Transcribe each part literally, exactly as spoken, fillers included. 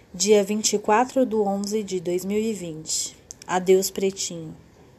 Dia vinte e quatro de onze de dois mil e vinte. Adeus, pretinho.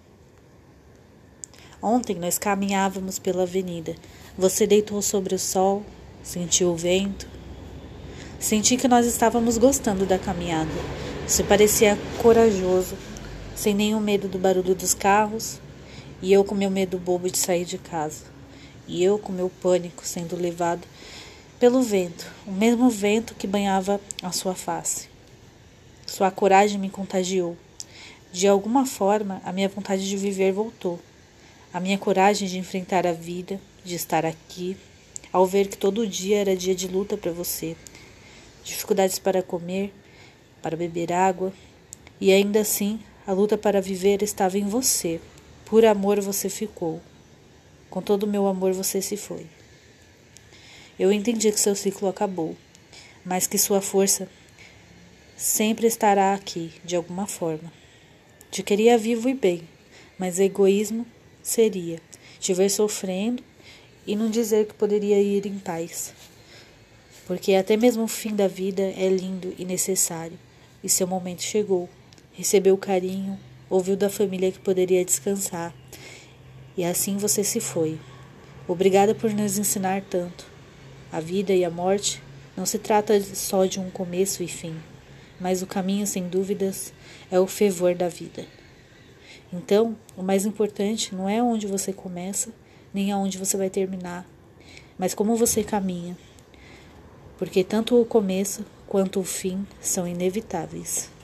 Ontem nós caminhávamos pela avenida. Você deitou sobre o sol, sentiu o vento. Senti que nós estávamos gostando da caminhada. Você parecia corajoso, sem nenhum medo do barulho dos carros, e eu com meu medo bobo de sair de casa. E eu com meu pânico sendo levado pelo vento, o mesmo vento que banhava a sua face. Sua coragem me contagiou. De alguma forma, a minha vontade de viver voltou. A minha coragem de enfrentar a vida, de estar aqui, ao ver que todo dia era dia de luta para você. Dificuldades para comer, para beber água, e ainda assim, a luta para viver estava em você. Por amor você ficou. Com todo o meu amor você se foi. Eu entendi que seu ciclo acabou, mas que sua força sempre estará aqui, de alguma forma. Te queria vivo e bem, mas egoísmo seria te ver sofrendo e não dizer que poderia ir em paz. Porque até mesmo o fim da vida é lindo e necessário, e seu momento chegou. Recebeu carinho, ouviu da família que poderia descansar, e assim você se foi. Obrigada por nos ensinar tanto. A vida e a morte não se trata só de um começo e fim, mas o caminho, sem dúvidas, é o fervor da vida. Então, o mais importante não é onde você começa, nem aonde você vai terminar, mas como você caminha, porque tanto o começo quanto o fim são inevitáveis.